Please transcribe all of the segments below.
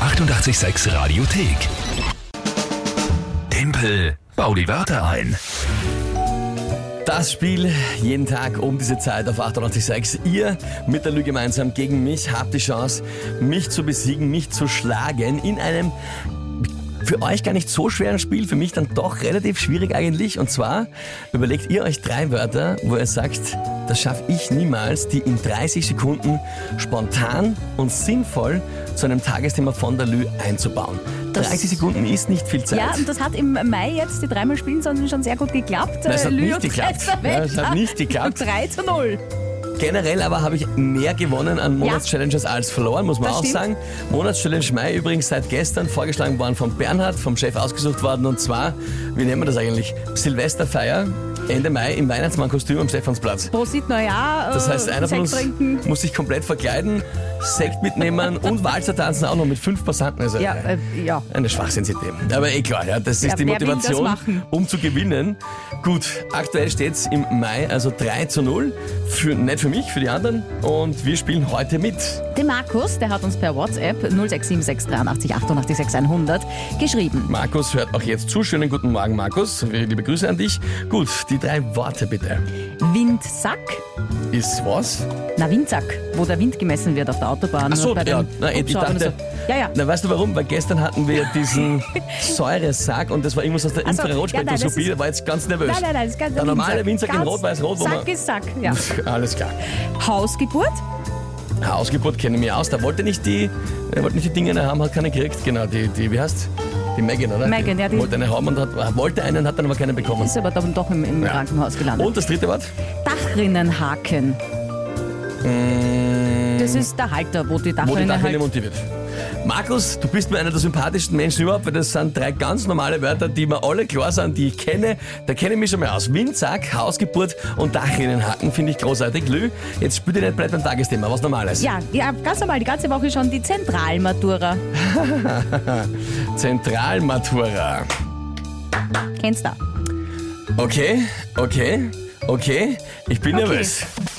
886 Radiothek. Tempel, bau die Wörter ein. Das Spiel jeden Tag um diese Zeit auf 88.6. Ihr mit der Lü gemeinsam gegen mich habt die Chance, mich zu besiegen, mich zu schlagen in einem für euch gar nicht so schweren Spiel, für mich dann doch relativ schwierig eigentlich. Und zwar überlegt ihr euch 3 Wörter, wo ihr sagt, das schaffe ich niemals, die in 30 Sekunden spontan und sinnvoll zu einem Tagesthema von der Lü einzubauen. 30 Sekunden ist nicht viel Zeit. Ja, und das hat im Mai jetzt die 3-mal Spielen schon sehr gut geklappt. Das hat nicht geklappt. Ja, das hat nicht geklappt. 3:0. Generell aber habe ich mehr gewonnen an Monatschallenges als verloren, muss man Das auch stimmt. sagen. Monatschallenge Mai übrigens seit gestern vorgeschlagen worden von Bernhard, vom Chef ausgesucht worden. Und zwar, wie nennen wir das eigentlich? Silvesterfeier, Ende Mai im Weihnachtsmannkostüm am Stephansplatz. Prosit Neujahr, Das heißt, einer von Sekt uns trinken. muss sich komplett verkleiden, Sekt mitnehmen und Walzer tanzen auch noch mit 5 Passanten. Also Ja, ja. eine Schwachsinnsidee. Aber klar, ja, das ist Ja, die wer will das Motivation, machen? um zu gewinnen. Gut, aktuell steht es im Mai, also 3:0. Nicht für mich, für die anderen. Und wir spielen heute mit. Der Markus, der hat uns per WhatsApp 0676 83 88 600 geschrieben. Markus hört auch jetzt zu. Schönen guten Morgen, Markus. Liebe Grüße an dich. Gut, die 3 Worte bitte. Windsack, Ist was? na Windsack, wo der Wind gemessen wird auf der Autobahn. Ach so, bei ja. den Na, ich Hubschraubern und dachte, so. Ja, ja. Na, weißt du warum? Weil gestern hatten wir diesen Säuresack und das war irgendwas aus der Ach so, Infrarotspektroskopie. ja, nein, das Da war jetzt ganz nervös. Nein, das ist ganz Der normale Windsack in Ganz Rot-Weiß-Rot, wo Sack man... ist Sack, ja. Alles klar. Hausgeburt, Hausgeburt kenne ich mich aus. Da wollte nicht die Dinge haben, hat keine gekriegt. Genau, die wie heißt? Die Megan, oder? Megan, ja, die- wollte eine haben und wollte einen, hat dann aber keinen bekommen. ist aber dann doch im Ja. Krankenhaus gelandet. Und das 3. Wort? Dachrinnenhaken. Das ist der Halter, wo die Wo die Dachrinne Dachrinne halt... montiert wird. Markus, du bist mir einer der sympathischsten Menschen überhaupt, weil das sind 3 ganz normale Wörter, die mir alle klar sind, die ich kenne. Da kenne ich mich schon mal aus. Windsack, Hausgeburt und Dachrinnenhaken finde ich großartig. Lü, jetzt spiel dir nicht bleibt beim Tagesthema, was Normales. Ja, ganz normal, die ganze Woche schon die Zentralmatura. Zentralmatura. Kennst du? Okay. Ich bin nervös.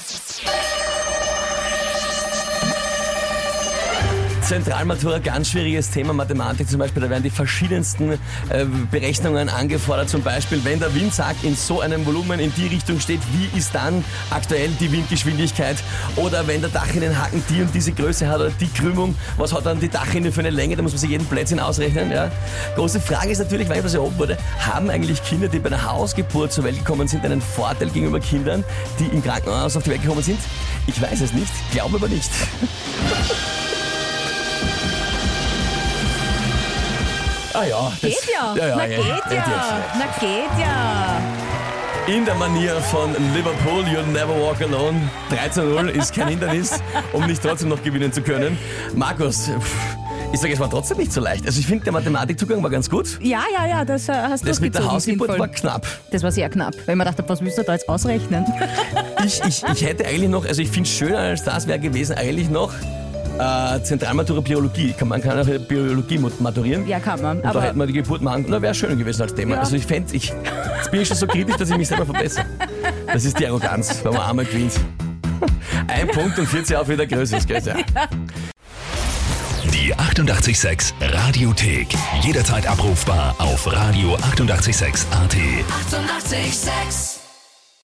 Zentralmatura, ganz schwieriges Thema, Mathematik zum Beispiel, da werden die verschiedensten Berechnungen angefordert, zum Beispiel, wenn der Windsack in so einem Volumen in die Richtung steht, wie ist dann aktuell die Windgeschwindigkeit, oder wenn der Dachrinnenhaken die und diese Größe hat oder die Krümmung, was hat dann die Dachrinne für eine Länge, da muss man sich jeden Plätzchen ausrechnen. Ja. Große Frage ist natürlich, weil das erhoben wurde, haben eigentlich Kinder, die bei einer Hausgeburt zur Welt gekommen sind, einen Vorteil gegenüber Kindern, die im Krankenhaus auf die Welt gekommen sind? Ich weiß es nicht, glaube aber nicht. Ah ja. Geht ja. Geht ja. In der Manier von Liverpool, You'll Never Walk Alone. 3:0 ist kein Hindernis, um nicht trotzdem noch gewinnen zu können. Markus, ich sage, es war trotzdem nicht so leicht. Also ich finde, der Mathematikzugang war ganz gut. Ja, das hast du Das mit der durchgezogen, Hausgeburt sinnvoll. war knapp. Das war sehr knapp, weil man dachte, was willst du da jetzt ausrechnen? Ich hätte eigentlich noch, also ich finde es schöner als das wäre gewesen eigentlich noch Zentralmatura Biologie. Man kann auch Biologie maturieren. Ja, kann man. Und da Aber hätten wir die Geburt machen. Na, wäre schöner gewesen als Thema. Ja. Also jetzt bin ich schon so kritisch, dass ich mich selber verbessere. Das ist die Arroganz, wenn man einmal gewinnt. 1 Punkt und 40 auch wieder größer ist, gell? Ja. Die 886 Radiothek. Jederzeit abrufbar auf radio886.at. 886! 886